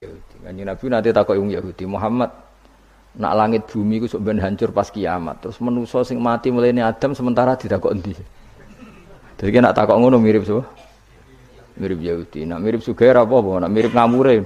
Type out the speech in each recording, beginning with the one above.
Kanjeng Nabi nanti takok wong Yahudi, Muhammad nak langit bumi ku sok ben hancur pas kiamat. Terus manusa sing mati mulai Adam sementara ditakok endi? Jadi nak takok ngono mirip so. Mirip Yahudi. Nak mirip Sugair apa? Nak mirip ngamure.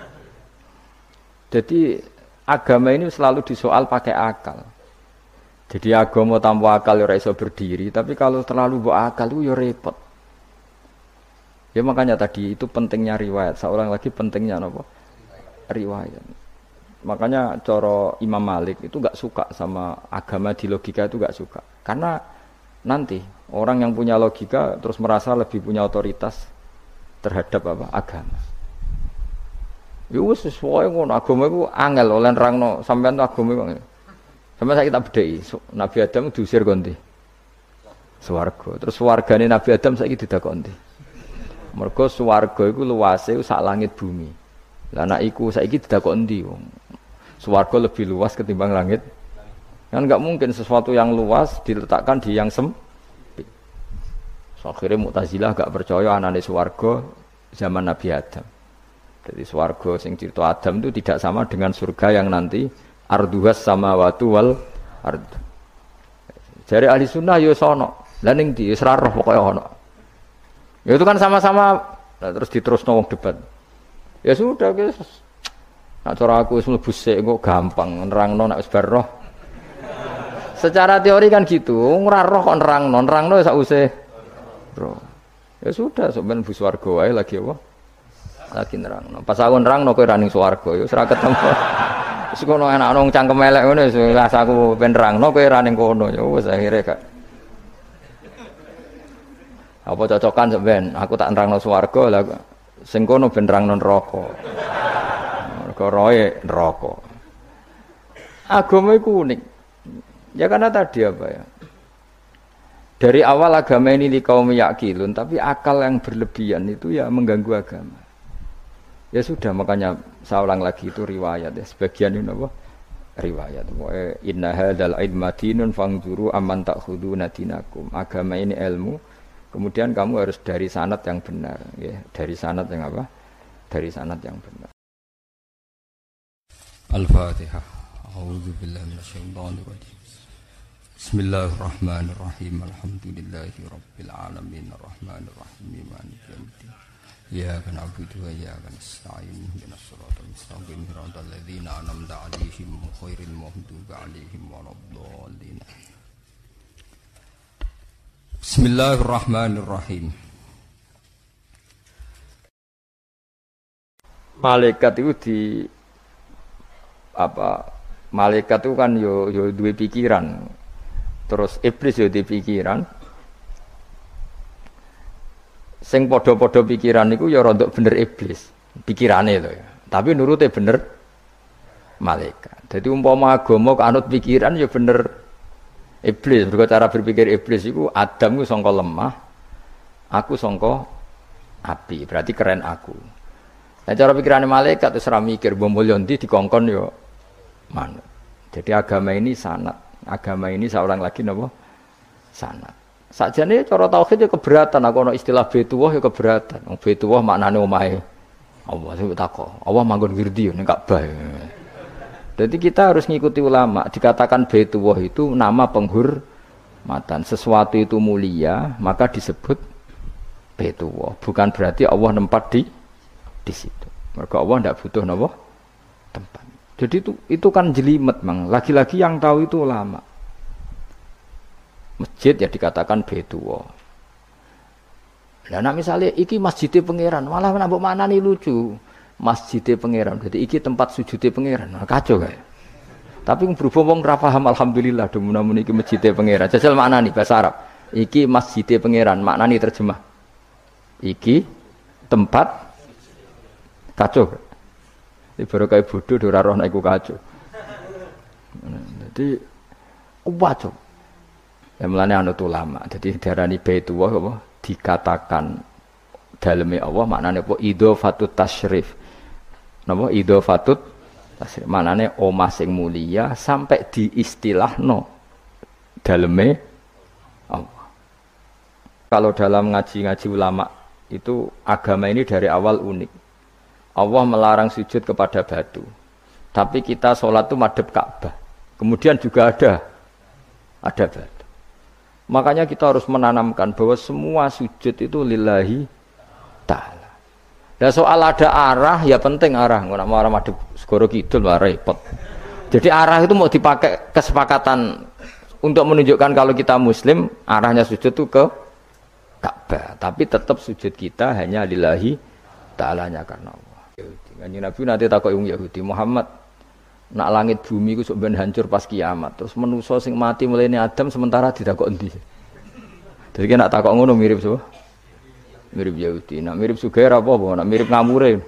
Jadi agama ini selalu disoal pakai akal. Jadi agama tanpa akal ya ora iso berdiri, tapi kalau terlalu mbok akal itu ya repot. Ya makanya tadi itu pentingnya riwayat. Seorang lagi pentingnya apa? Riwayat. Makanya coro Imam Malik itu gak suka sama agama di logika itu gak suka. Karena nanti orang yang punya logika terus merasa lebih punya otoritas terhadap apa? Agama. Ya wis sesuai ngono agama iku angel oleh nerangno sampean tuh agama iku. Sampeyan saiki tak bedheki, Nabi Adam diusir kondi. Swarga. Terus swargane Nabi Adam saiki didakoni. Mergo swarga iku luase sak langit bumi. Lah nek iku saiki didakoni ndi wong. Swarga lebih luas ketimbang langit. Kan enggak mungkin sesuatu yang luas diletakkan di yang sempit. So, akhirnya Mu'tazilah enggak percaya anane swarga zaman Nabi Adam. Jadi swarga sing cerita Adam itu tidak sama dengan surga yang nanti arduhas samawati wal ard. Jare ahli sunnah ya sono. Lah ning ndi wis ra roh pokoke ono. Ya itu kan sama-sama terus diterusno wong debat. Ya sudah guys. Nak cara aku wis mlebu sik kok gampang nerangno nek wis bar roh. Secara teori kan gitu, ora roh kok nerangno sakwise roh. Ya sudah sok ben mlebu swarga wae lagi apa? Lagi nerangno. Pas aku nerangno kowe ra ning swarga ya wis ra ketemu. Wis kono enak nang cangkem elek ngono wis aku ben nerangno kowe ra ning kono ya wis akhire gak. Apa cocokan sok ben aku tak nerangno swarga lah sing kono ben nerangno neraka. Koroe neraka. Agama itu unik. Ya karena tadi apa ya? Dari awal agama ini kaum yakilun, tapi akal yang berlebihan itu ya mengganggu agama. Ya sudah makanya saya ulang lagi itu riwayat ya. Sebagian ini apa? Riwayat. Inna hadzal ilma dinun fangzuru amman ta'khuduna dinakum. Agama ini ilmu. Kemudian kamu harus dari sanad yang benar, ya. Dari sanad yang apa? Dari sanad yang benar. Al-Fatihah. A'udzu billahi minasyaitonir rajim. Bismillahirrahmanirrahim. Alhamdulillahi rabbil alamin arrahmanir rahim maliki yaumiddin. Iyyaka na'budu wa iyyaka nasta'in. Ihdinas siratal mustaqim. Shiratal ladzina an'amta 'alaihim ghairil maghdubi 'alaihim waladdallin. Bismillahirrahmanirrahim. Malaikat itu di apa? Malaikat itu kan yo duwe pikiran. Terus iblis yo duwe pikiran. Sing padha-padha pikiran niku ya rada bener iblis. Pikirane to ya. Tapi nurute bener malaikat. Jadi umpama agama kanut pikiran ya bener iblis. Mergo cara berpikir iblis iku Adam ku sangka lemah, aku sangka api. Berarti keren aku. Nah cara pikirane malaikat wis ora mikir mbok mulya ndi dikongkon ya manut. Jadi agama ini sanad. Agama ini seorang lagi napa? Sanad. Sakjane cara tauhid ya keberatan, aku ana istilah Baitullah ya keberatan. Wong Baitullah maknane omahe Allah sing takok. Allah manggon wirdi ning Ka'bah. Jadi kita harus ngikuti ulama. Dikatakan Baitullah itu nama penghormatan. Sesuatu itu mulia, maka disebut Baitullah. Bukan berarti Allah nempat di situ. Mergo Allah ndak butuh napa? Tempat. Jadi itu kan jelimet, Mang. Lagi-lagi yang tahu itu ulama. Masjid ya dikatakan Baitullah. Lah nek misale iki masjidé pangeran, malah nek mbok maknani lucu. Masjidé pangeran. Jadi iki tempat sujudé pangeran. Nah, kacau kae. Tapi berhubung wong ra paham alhamdulillah demun iki masjidé pangeran. Jajal maknani bahasa Arab. Iki masjidé pangeran, maknani terjemah. Iki tempat kacau. Baru kayak bodoh ora roh nek iku kacau. Jadi kacau. Ya mulane anut ulama. Jadi darani Baitullah apa dikatakan daleme Allah maknane apa idhofatut tasyrif. Napa idhofatut tasyrif maknane omah sing mulia sampai diistilahno daleme Allah. Kalau dalam ngaji-ngaji ulama itu agama ini dari awal unik. Allah melarang sujud kepada batu. Tapi kita sholat itu madhep Ka'bah. Kemudian juga ada batu. Makanya kita harus menanamkan bahwa semua sujud itu lillahi ta'ala. Dan soal ada arah, ya penting arah. Nggak mau arah madhep segoro kidul, lah repot. Jadi arah itu mau dipakai kesepakatan untuk menunjukkan kalau kita muslim, arahnya sujud itu ke Ka'bah. Tapi tetap sujud kita hanya lillahi ta'alanya karena Allah. Kanjeng Nabi nanti takok wong Yahudi, Muhammad, nak langit bumi ku sok ben hancur pas kiamat. Terus manusa sing mati mulane Adam sementara ditakok endi? Jadi nak takok ngono mirip so. Mirip Yahudi. Nak mirip Sugair apa nak mirip ngamure.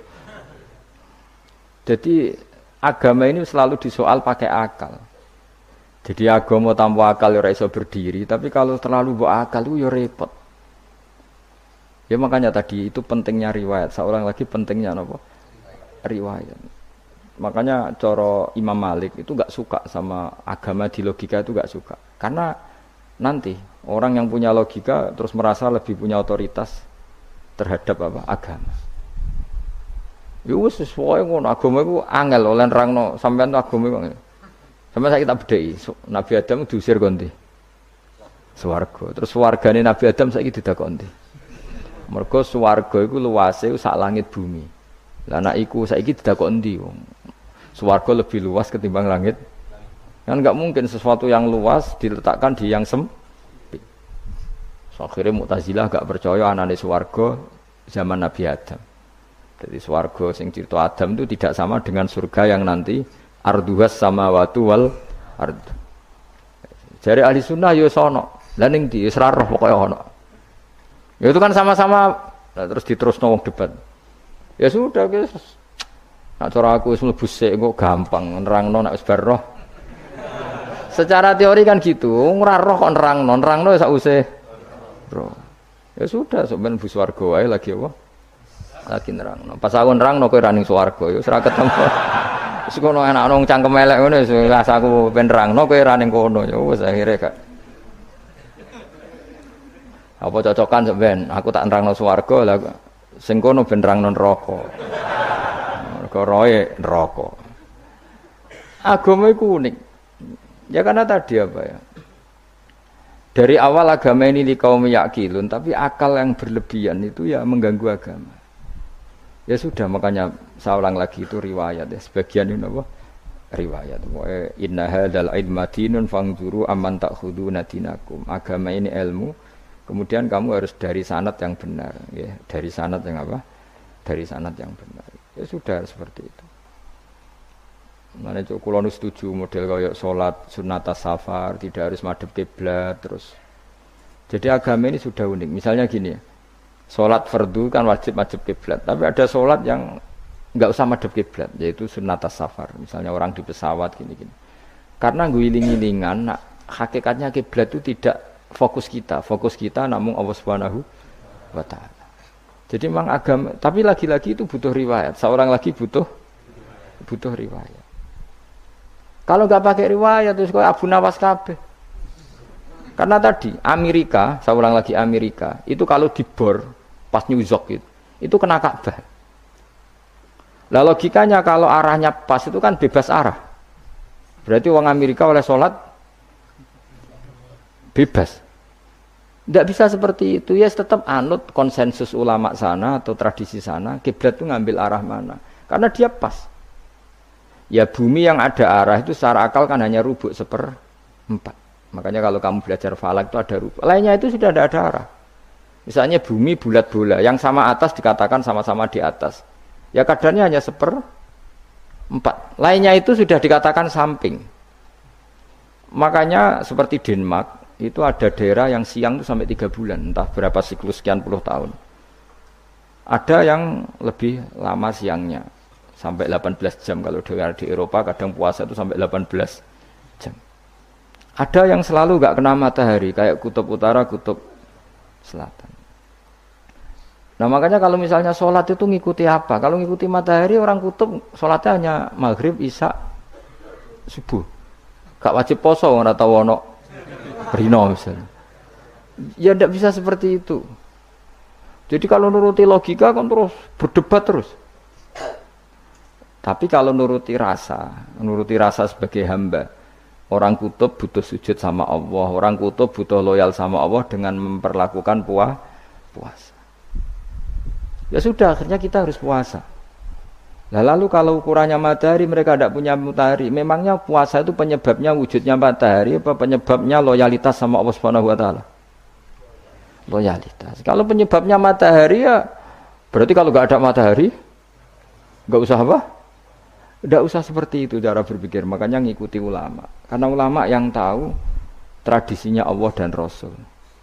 Jadi agama ini selalu disoal pakai akal. Jadi agama tanpa akal ora iso berdiri, tapi kalau terlalu bawa akal itu ya repot. Ya makanya tadi itu pentingnya riwayat. Seorang lagi pentingnya apa? Riwayat. Makanya coro Imam Malik itu gak suka sama agama di logika itu gak suka. Karena nanti orang yang punya logika terus merasa lebih punya otoritas terhadap apa? Agama. Ya wis sesuai ngono agama iku angel oleh nerangno sampean agama iku. Sampai saya kita bedheki, Nabi Adam diusir kondi. Swarga. Terus wargane Nabi Adam saiki didakoni. Mergo swarga iku luase sak langit bumi. Lah nek iku saiki didakok endi wong? Swarga lebih luas ketimbang langit. Kan enggak mungkin sesuatu yang luas diletakkan di yang sempit. So, akhirnya Mu'tazilah enggak percaya anane swarga zaman Nabi Adam. Jadi swarga sing cerita Adam itu tidak sama dengan surga yang nanti arduhas samawati wal ard. Jare ahli sunnah yo sono. Lah ning ndi wis ra roh pokoke ono. Ya itu kan sama-sama terus diterusno wong debat. Ya sudah guys. Nak cara aku wis mlebu sik kok gampang nerangno nek wis bar roh. Secara teori kan gitu, ora roh kok nerangno sak usih roh. Ya sudah sampean bu swarga wae lagi apa? Lagi nerangno. Pas aku nerangno kowe ra ning swarga ya wis ra ketemu. Wis kono enak nang cangkem elek ngene wis aku ben nerangno kowe ra ning kono ya wis akhire gak. Apa cocokan sampean? Aku tak nerangno swarga lah sing kono ben nerangno neraka. Mergo roe neraka. Agama iku unik. Ya karena tadi apa ya? Dari awal agama ini di kaum yakilun, tapi akal yang berlebihan itu ya mengganggu agama. Ya sudah makanya saya ulang lagi itu riwayat ya. Sebagian ini apa? Riwayat. Wa inna hadzal ilma dinun fangzuru amman ta'khuduna dinakum. Agama ini ilmu. Kemudian kamu harus dari sanad yang benar, ya. Dari sanad yang apa? Dari sanad yang benar. Ya sudah seperti itu. Mana cok kulo nu setuju model kayak sholat sunnatas safar, tidak harus madhep kiblat terus. Jadi agama ini sudah unik. Misalnya gini ya, sholat fardu kan wajib madhep kiblat, tapi ada sholat yang nggak usah madhep kiblat, yaitu sunnatas safar. Misalnya orang di pesawat gini-gini. Karena guling-gilingan, hakikatnya kiblat itu tidak fokus kita namun Allah Subhanahu wa taala. Jadi memang agama, tapi lagi-lagi itu butuh riwayat. Seorang lagi butuh riwayat. Kalau enggak pakai riwayat terus kayak Abu Nawas kabeh. Karena tadi Amerika, saya ulang lagi Amerika, itu kalau dibor pas New York itu kena Ka'bah. Lah logikanya kalau arahnya pas itu kan bebas arah. Berarti orang Amerika oleh sholat bebas. Tidak bisa seperti itu. Ya tetap anut konsensus ulama sana atau tradisi sana, kiblat itu ngambil arah mana. Karena dia pas. Ya bumi yang ada arah itu secara akal kan hanya rubuk 1/4. Makanya kalau kamu belajar falak itu ada rubuk. Lainnya itu sudah tidak ada arah. Misalnya bumi bulat bola, yang sama atas dikatakan sama-sama di atas. Ya kadarnya hanya 1/4. Lainnya itu sudah dikatakan samping. Makanya seperti Denmark, itu ada daerah yang siang itu sampai 3 bulan, entah berapa siklus sekian puluh tahun. Ada yang lebih lama siangnya, sampai 18 jam. Kalau di Eropa kadang puasa itu sampai 18 jam. Ada yang selalu gak kena matahari, kayak kutub utara, kutub selatan. Nah makanya kalau misalnya sholat itu ngikuti apa? Kalau ngikuti matahari, orang kutub sholatnya hanya maghrib, isya, subuh. Gak wajib poso, orang tahu ono rino misalnya. Ya tidak bisa seperti itu. Jadi kalau nuruti logika kan terus berdebat terus. Tapi kalau nuruti rasa sebagai hamba, orang kutub butuh sujud sama Allah, orang kutub butuh loyal sama Allah dengan memperlakukan puasa. Ya sudah, akhirnya kita harus puasa. Nah, lalu kalau ukurannya matahari, mereka tidak punya matahari. Memangnya puasa itu penyebabnya wujudnya matahari apa penyebabnya loyalitas sama Allah Subhanahu wa taala? Loyalitas. Kalau penyebabnya matahari ya berarti kalau nggak ada matahari nggak usah apa? Nggak usah seperti itu cara berpikir. Makanya ngikuti ulama. Karena ulama yang tahu tradisinya Allah dan Rasul.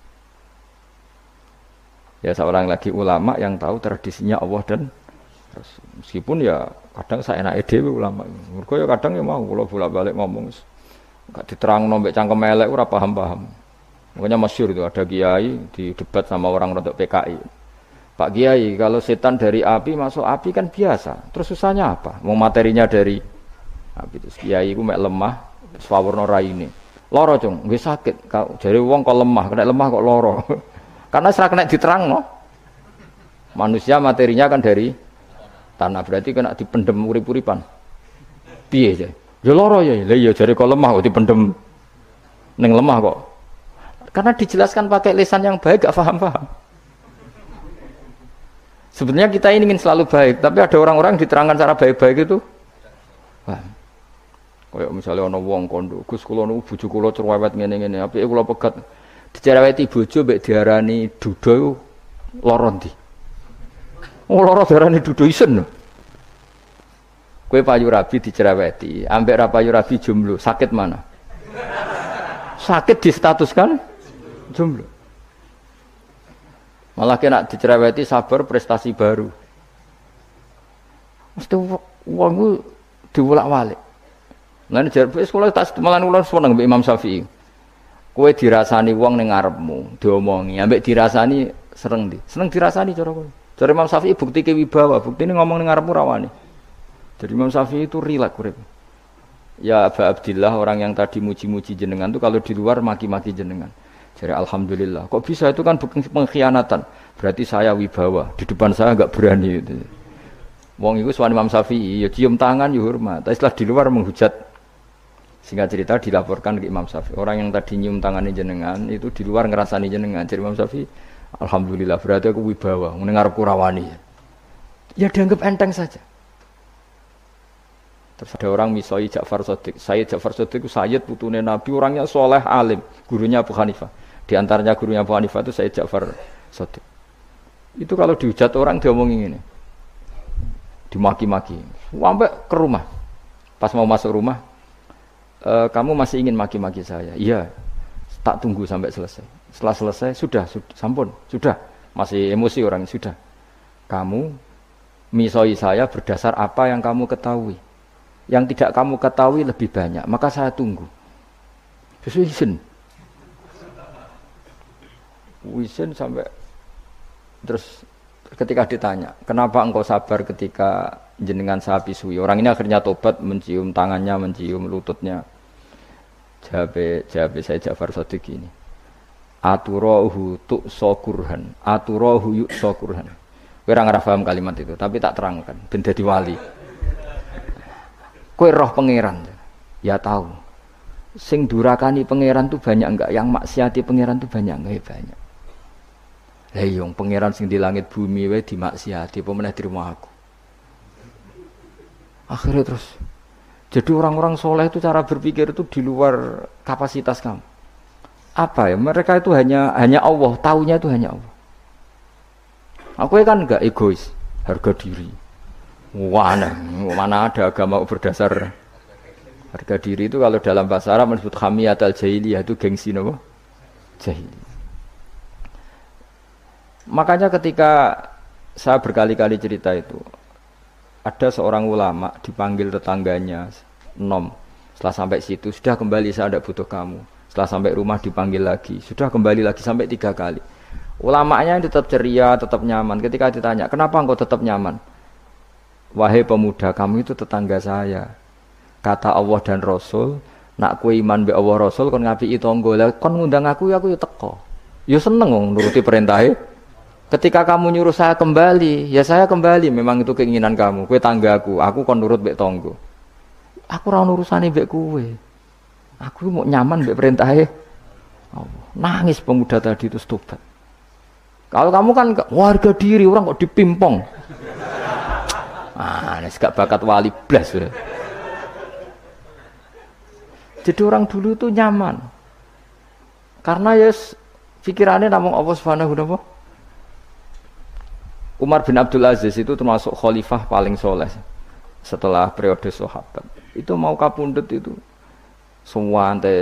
Ya seorang lagi ulama yang tahu tradisinya Allah dan Rasul. Meskipun ya kadang saya enak dhewe ulama. Mergo ya kadang ya mau kula bolak-balik ngomong enggak diterangno mbek cangkem elek ora paham-paham. Makanya masyhur itu ada kiai di debat sama orang rodok PKI. Pak Kiai, kalau setan dari api masuk api kan biasa. Terus susahnya apa? Mau materinya dari api. Terus kiai ku mek lemah, swawarna raine. Loro, Cung, nggih sakit. Jare wong kok lemah, kena lemah kok loro. Karena serak kena diterangno. Manusia materinya kan dari tanah, berarti kena dipendem urip-uripan. Piye ya? Ya loro ya. Lah iya jare kok lemah kok dipendem ning lemah kok. Karena dijelaskan pakai lisan yang baik gak paham-paham. Sebenarnya kita ini ingin selalu baik, tapi ada orang-orang diterangkan cara baik-baik itu. Wah. Kayak misalnya ana wong kondo, Gus kula niku bojo kula cerewet ngene-ngene, apike kula pegat dicereweti bojo mbek diarani duda lara ndi? Oh lara diarani duda isen. Kowe payu rabi dicereweti, ambek ra payu rabi jomblo, sakit mana? Sakit distatuskan jomblo. Malah kena dicereweti sabar prestasi baru. Mesti wong ku diwolak-walik. Lan jar sekolah tak malah kula seneng mbek Imam Syafi'i. Kowe dirasani wong ning ngarepmu, diomongi, ambek dirasani seneng ndi? Seneng dirasani cara kowe. Cara Imam Syafi'i buktike wibawa, buktine ngomong ning ngarepmu rawani. Jadi Imam Syafi'i itu rileks urip. Ya Aba Abdillah, orang yang tadi muji-muji jenengan itu kalau di luar maki-maki jenengan. Jadi alhamdulillah. Kok bisa itu kan bukan pengkhianatan. Berarti saya wibawa. Di depan saya enggak berani itu. Wong iku sowan Imam Syafi'i, ya cium tangan ya hormat. Tapi setelah di luar menghujat. Singkat cerita dilaporkan ke Imam Syafi'i. Orang yang tadi nyium tangannya jenengan itu di luar ngerasani jenengan. Jadi Imam Syafi'i, alhamdulillah berarti aku wibawa. Mendengar kurawani. Ya dianggap enteng saja. Terus ada orang misoi Ja'far Shadiq. Sayyid Ja'far Shadiq itu Sayyid putune Nabi, orangnya soleh alim, gurunya Abu Hanifah. Di antaranya gurunya Abu Hanifah itu Sayyid Ja'far Shadiq. Itu kalau dihujat orang diomongin ini, dimaki-maki. Sampai ke rumah. Pas mau masuk rumah, kamu masih ingin maki-maki saya? Iya. Tak tunggu sampai selesai. Setelah selesai, sudah, sampun, sudah. Masih emosi orang, sudah. Kamu misoi saya berdasar apa yang kamu ketahui. Yang tidak kamu ketahui lebih banyak, maka saya tunggu. Wisen sampai terus ketika ditanya, kenapa engkau sabar ketika jenengan saya pisui? Orang ini akhirnya tobat, mencium tangannya, mencium lututnya. Jawab saya Ja'far Shadiq ini. Aturahu tu'sokurhan, aturahu yu'sokurhan. Kowe ora paham kalimat itu, tapi tak terangkan ben dadi wali. Kowe roh pangeran, ya tahu. Sing durakani pangeran tuh banyak enggak? Yang maksiati pangeran tuh banyak enggak? Ya banyak. Lah iya, pangeran sing di langit bumi wae dimaksiati, apa meneh dirimo aku. Akhirnya terus. Jadi orang-orang soleh itu cara berpikir itu di luar kapasitas kamu. Apa ya? Mereka itu hanya Allah, taunya itu hanya Allah. Aku kan enggak egois, harga diri. Mana ada agama berdasar harga diri itu kalau dalam bahasa Arab disebut hamiyatul jahiliyah, itu gengsi napa? Jahili. Makanya ketika saya berkali-kali cerita itu, ada seorang ulama dipanggil tetangganya, nom. Setelah sampai situ, sudah kembali, saya tidak butuh kamu. Setelah sampai rumah dipanggil lagi, sudah kembali lagi sampai 3 kali. Ulamanya tetap ceria, tetap nyaman. Ketika ditanya, kenapa engkau tetap nyaman? Wahai pemuda, kamu itu tetangga saya. Kata Allah dan Rasul, nak kue iman be Allah Rasul kon ngapiki tangga. Lah kon ngundang aku ya teko. Ya seneng wong nuruti perintahe Ketika kamu nyuruh saya kembali, ya saya kembali. Memang itu keinginan kamu. Kue tanggaku, aku kon nurut mbek tonggo. Aku ora urusane mbek kowe. Aku mau nyaman mbek perintahe Allah. Nangis pemuda tadi itu tobat. Kalau kamu kan warga diri, orang kok dipimpong. Ini gak bakat wali blas. Jadi orang dulu itu nyaman. Karena ya pikirannya namung Allah Subhanahu wa ta'ala. Umar bin Abdul Aziz itu termasuk khalifah paling soleh setelah periode sahabat. Itu mau kapundhut itu sewantai.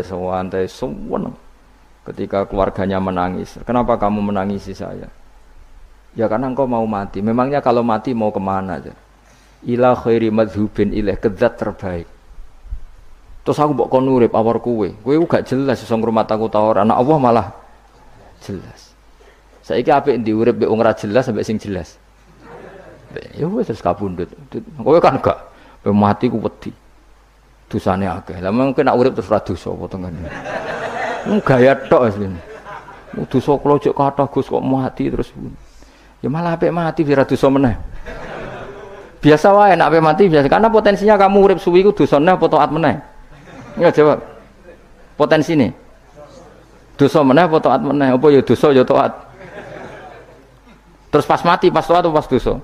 Ketika keluarganya menangis, kenapa kamu menangisi saya? Ya karena engkau mau mati. Memangnya kalau mati mau kemana aja? Ila khairi madhubin ilaih, ke zat terbaik. Terus aku mbok kon urip awar kowe gak jelas iso ngrumat aku ta ora. Anak Allah malah jelas. Saiki apik ndi urip mbek wong ora jelas sampai sing jelas. Ya wis terus kapundhut. Kowe kan gak mati ku wedi. Dosane akeh. Lah mungkin nek urip terus ora dosa apa tengene. Gaya tok asline. Dosa kula cek kathah Gus kok mati terus. Ya malah apik mati ora dosa meneh. Biasa wae nek apik mati biasa karena potensinya kamu urip suwi ku dosane apa taat meneh. Ya jawab. Potensine. Dosa meneh apa taat meneh? Apa ya dosa ya taat. Terus pas mati pas taat atau pas dosa?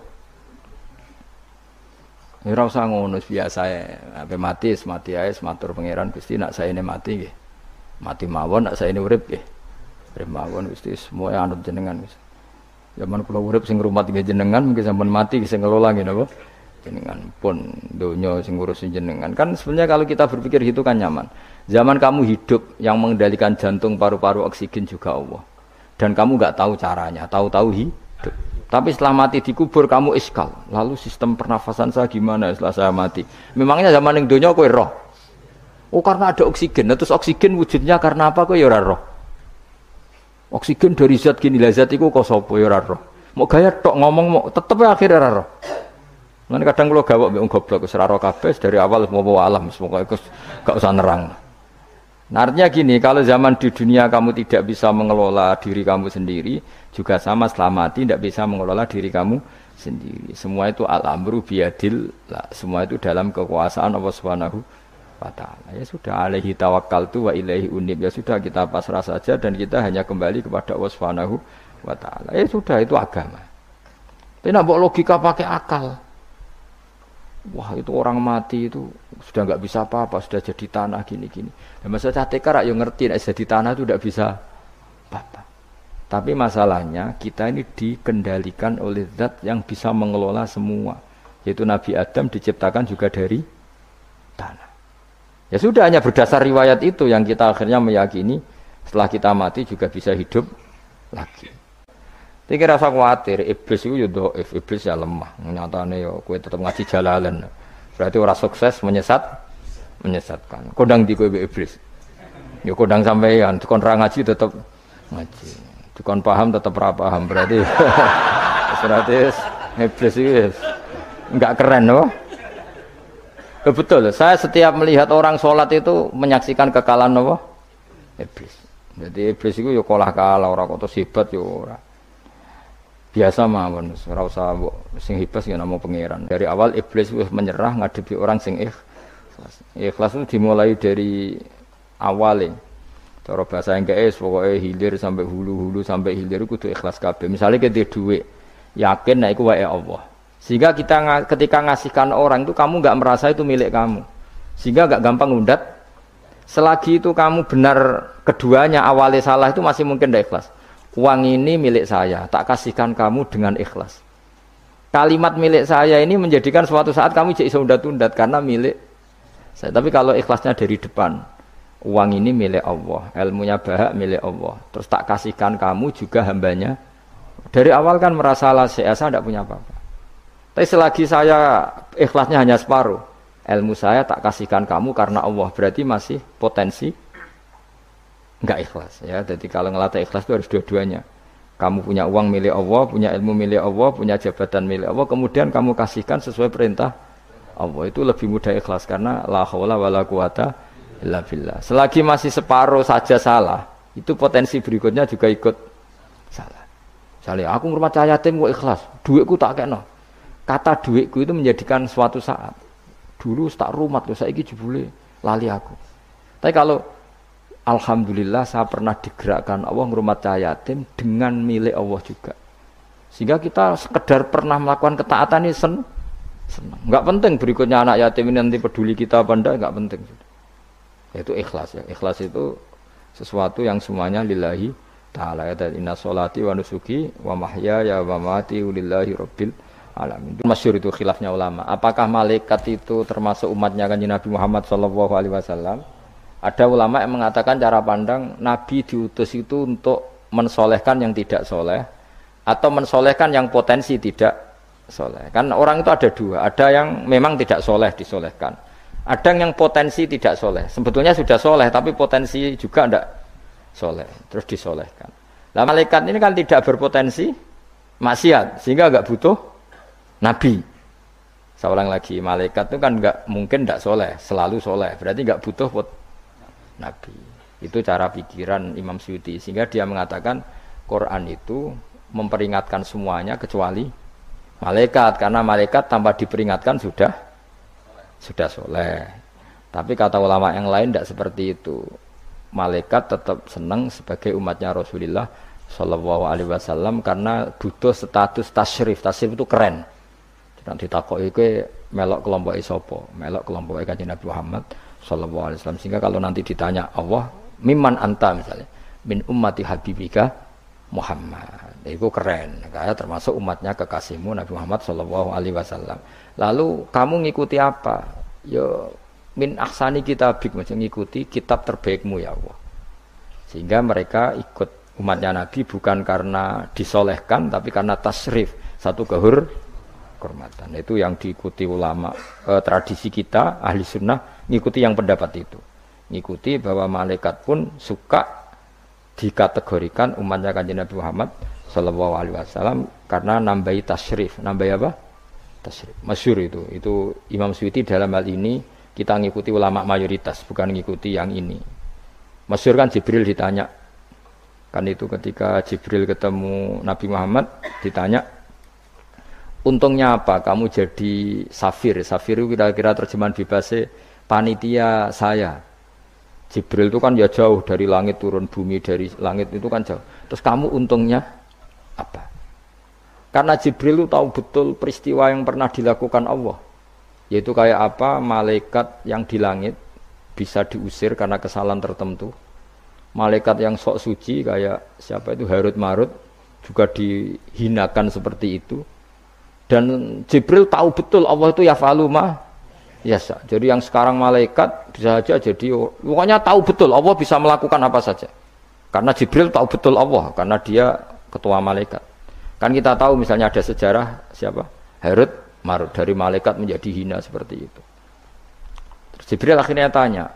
Ya ora usah ngono biasa ae. Apik mati ae matur pangeran Gusti nak saene mati nggih. Mati mawon nak saene urip nggih. Urip mawon Gusti semua anut jenengan wis. Zaman kula urip sing ngrumat nggih jenengan mungkin sampean mati sing ngelola nggih napa? Jenengan pun donya sing ngurusin jenengan. Kan sebenarnya kalau kita berpikir gitu kan nyaman. Zaman kamu hidup yang mengendalikan jantung, paru-paru, oksigen juga Allah. Dan kamu enggak tahu caranya, tahu-tahu hidup. Tapi setelah mati dikubur kamu iskal. Lalu sistem pernafasan saya gimana setelah saya mati? Memangnya zaman ning donya kowe roh. Oh karena ada oksigen. Nah, terus oksigen wujudnya karena apa kowe ya ora roh. Oksigen dari zat gini, lah zat iku kok sapa ya ora roh. Mau gaya tok ngomong mau tetep akhir ora roh. Lan kadang kula gawok mbek wong goblok wis ora roh kabeh dari awal mau alam semoga gak usah nerang. Nah, artinya gini, kalau zaman di dunia kamu tidak bisa mengelola diri kamu sendiri, juga sama setelah mati tidak bisa mengelola diri kamu sendiri. Semua itu al-amru biyadil, semua itu dalam kekuasaan Allah Subhanahu wa ta'ala. Ya sudah, alaihi tawakkaltu wa ilaihi unib. Ya sudah, kita pasrah saja dan kita hanya kembali kepada Allah Subhanahu wa ta'ala. Ya sudah, itu agama. Tapi nak bawa logika pakai akal. Wah itu orang mati itu sudah nggak bisa apa-apa, sudah jadi tanah gini-gini. Dan masalah catekar yang ngerti, nak jadi tanah itu tidak bisa apa-apa. Tapi masalahnya kita ini dikendalikan oleh zat yang bisa mengelola semua. Yaitu Nabi Adam diciptakan juga dari tanah. Ya sudah, hanya berdasar riwayat itu yang kita akhirnya meyakini setelah kita mati juga bisa hidup lagi. Tapi rasa khawatir, iblis itu ya dhaif, iblis ya lemah. Nyatane ya kowe tetep ngaji jalalan. Berarti ora sukses menyesatkan. Kodang di kowe iblis. Ya kodang sampean, dikon ra ngaji tetep ngaji. Dikon paham tetep ra paham. Berarti iblis itu enggak keren loh. Betul, saya setiap melihat orang sholat itu menyaksikan kekalahan apa? Iblis. Jadi iblis itu ya kalah ora kok hebat ya ora. Biasa mawon, ora usah sing hebat ya nama pangeran. Dari awal iblis wis menyerah ngadepi orang sing ikhlas. Ikhlas itu dimulai dari awal. Cara bahasa Inggris pokoknya hilir sampai hulu sampai hilir kudu ikhlas kabeh. Misalnya kita duit, yakin nek iku wae Allah. Sehingga kita ketika ngasihkan orang itu kamu enggak merasa itu milik kamu. Sehingga enggak gampang ngundat. Selagi itu kamu benar keduanya awalnya salah itu masih mungkin ndak ikhlas. Uang ini milik saya, tak kasihkan kamu dengan ikhlas. Kalimat milik saya ini menjadikan suatu saat kamu jadi undat-undat karena milik saya. Tapi kalau ikhlasnya dari depan, uang ini milik Allah, ilmunya bahak milik Allah. Terus tak kasihkan kamu juga hambanya. Dari awal kan merasa saya tidak punya apa-apa. Tapi selagi saya ikhlasnya hanya separuh, ilmu saya tak kasihkan kamu karena Allah. Berarti masih potensi enggak ikhlas ya. Jadi kalau ngelatih ikhlas itu harus dua-duanya. Kamu punya uang milik Allah, punya ilmu milik Allah, punya jabatan milik Allah, kemudian kamu kasihkan sesuai perintah Allah. Itu lebih mudah ikhlas karena la haula wala quwata illa billah. Selagi masih separuh saja salah, itu potensi berikutnya juga ikut salah. Misalnya aku ngurmat cah yatim kok ikhlas, duitku tak kena. Kata duitku itu menjadikan suatu saat. Dulu tak rumat loh, saiki jebule lali aku. Tapi kalau alhamdulillah saya pernah digerakkan Allah ngurmat cah yatim dengan milik Allah juga. Sehingga kita sekedar pernah melakukan ketaatan ini senang. Enggak penting berikutnya anak yatim ini nanti peduli kita apa enggak penting. Itu ikhlas ya. Ikhlas itu sesuatu yang semuanya lillahi ta'ala ya, inna sholati wa nusuki wa mahyaya wa mamati lillahi rabbil alamin. Itu masyhur itu khilafnya ulama. Apakah malaikat itu termasuk umatnya Kanjeng Nabi Muhammad sallallahu alaihi wasallam? Ada ulama yang mengatakan cara pandang Nabi diutus itu untuk mensolehkan yang tidak soleh atau mensolehkan yang potensi tidak soleh. Kan orang itu ada dua, ada yang memang tidak soleh disolehkan, ada yang potensi tidak soleh. Sebetulnya sudah soleh tapi potensi juga tidak soleh, terus disolehkan. Nah malaikat ini kan tidak berpotensi maksiat, sehingga enggak butuh nabi. Saya ulang lagi, malaikat itu kan enggak mungkin tidak soleh, selalu soleh, berarti enggak butuh nabi. Itu cara pikiran Imam Suyuti, sehingga dia mengatakan Quran itu memperingatkan semuanya kecuali malaikat, karena malaikat tanpa diperingatkan sudah soleh. Tapi kata ulama yang lain tidak seperti itu. Malaikat tetap senang sebagai umatnya Rasulullah Shallallahu Alaihi Wasallam karena butuh status tasyrif. Tasyrif itu keren. Nanti ditakoki ke melok kelompok isopo, melok kelompok Kanjeng Nabi Muhammad Shallallahu Alaihi Wasallam. Sehingga kalau nanti ditanya Allah, mimman anta misalnya, min ummati habibika Muhammad, itu keren. Kayak termasuk umatnya kekasihmu Nabi Muhammad Shallallahu Alaihi Wasallam. Lalu kamu ngikuti apa? Yo min ahsani kitabik, mengikuti kitab terbaikmu ya Allah. Sehingga mereka ikut umatnya Nabi bukan karena disolehkan tapi karena tasrif, satu kehormatan. Itu yang diikuti ulama. Tradisi kita ahli sunnah ngikuti yang pendapat itu, ngikuti bahwa malaikat pun suka dikategorikan umatnya Kanjeng Nabi Muhammad Sallallahu Alaihi Wasallam karena nambahi tasrif. Nambahi apa? Tasrif. Masyhur itu Imam Suyuti dalam hal ini kita ngikuti ulama mayoritas, bukan ngikuti yang ini. Masyhur kan Jibril ditanya, kan itu ketika Jibril ketemu Nabi Muhammad ditanya, untungnya apa kamu jadi safir? Safir itu kira-kira terjemahan bebasnya panitia saya. Jibril itu kan ya jauh dari langit turun bumi, dari langit itu kan jauh. Terus kamu untungnya apa? Karena Jibril itu tahu betul peristiwa yang pernah dilakukan Allah. Yaitu kayak apa malaikat yang di langit bisa diusir karena kesalahan tertentu. Malaikat yang sok suci kayak siapa itu Harut Marut juga dihinakan seperti itu. Dan Jibril tahu betul Allah itu yaf'alu ma yasha. Jadi yang sekarang malaikat bisa saja jadi pokoknya tahu betul Allah bisa melakukan apa saja. Karena Jibril tahu betul Allah karena dia ketua malaikat. Kan kita tahu misalnya ada sejarah siapa? Harut Marut, dari malaikat menjadi hina seperti itu. Terus Jibril akhirnya tanya,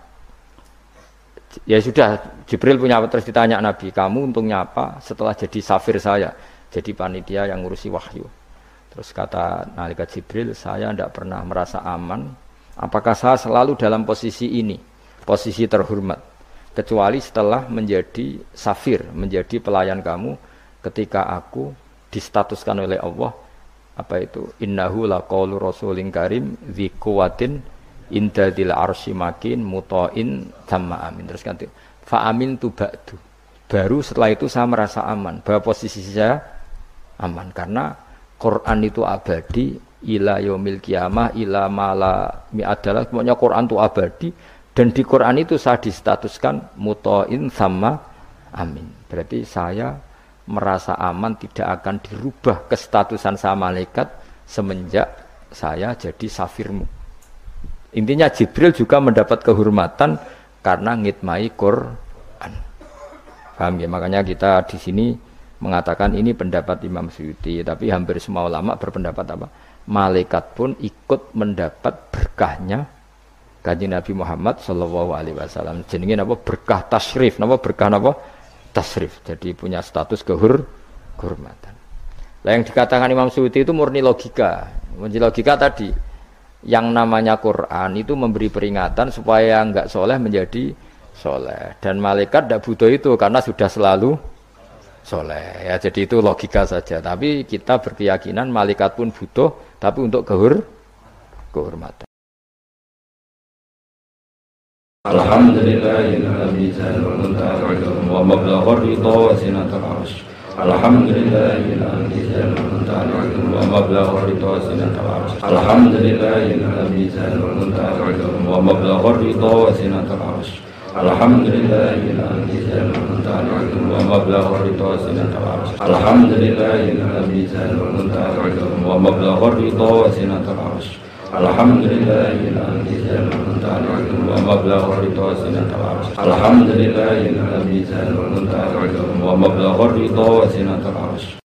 ya sudah Jibril punya, terus ditanya Nabi, kamu untungnya apa setelah jadi safir saya, jadi panitia yang ngurusi wahyu. Terus kata malaikat Jibril, saya tidak pernah merasa aman, apakah saya selalu dalam posisi ini, posisi terhormat, kecuali setelah menjadi safir, menjadi pelayan kamu, ketika aku distatuskan oleh Allah, apa itu, innahu laqaulu rasulin karim dzi quwwatin inda dzil arsy makin muta'in tsumma amin. Terus kan fa amintu ba'du, baru setelah itu saya merasa aman bahwa posisi saya aman karena Quran itu abadi ila yaumil qiyamah ila mala mi'adalah, pokoknya Quran itu abadi dan di Quran itu saya distatuskan muta'in tsumma amin. Berarti saya merasa aman, tidak akan dirubah kestatusan saya malaikat semenjak saya jadi safirmu. Intinya Jibril juga mendapat kehormatan karena ngitmai Quran. Paham ya? Makanya kita di sini mengatakan ini pendapat Imam Suyuti, tapi hampir semua ulama berpendapat apa? Malaikat pun ikut mendapat berkahnya Kanjeng Nabi Muhammad sallallahu alaihi wasallam. Jenenge apa? Berkah tasrif. Napa berkah napa? Tasrif, jadi punya status kehormatan. Nah, yang dikatakan Imam Suyuti itu murni logika. Murni logika tadi, yang namanya Quran itu memberi peringatan supaya yang enggak soleh menjadi soleh. Dan malaikat tidak butuh itu karena sudah selalu soleh. Ya jadi itu logika saja. Tapi kita berkeyakinan malaikat pun butuh, tapi untuk kehormatan. Alhamdulillahilladzi wa mablaghur ridha wa zinatul arsy. Alhamdulillahilladzi wa mablaghur ridha wa zinatul arsy. Alhamdulillahilladzi wa mablaghur ridha wa zinatul arsy. Alhamdulillahilladzi wa mablaghur ridha wa zinatul arsy. Alhamdulillahilladzi wa mablaghur ridha wa zinatul arsy. Alhamdulillahilladzi wa mablaghur ridha wa zinatul arsy. Alhamdulillahilladzi wa mablaghur ridha wa zinatul arsy.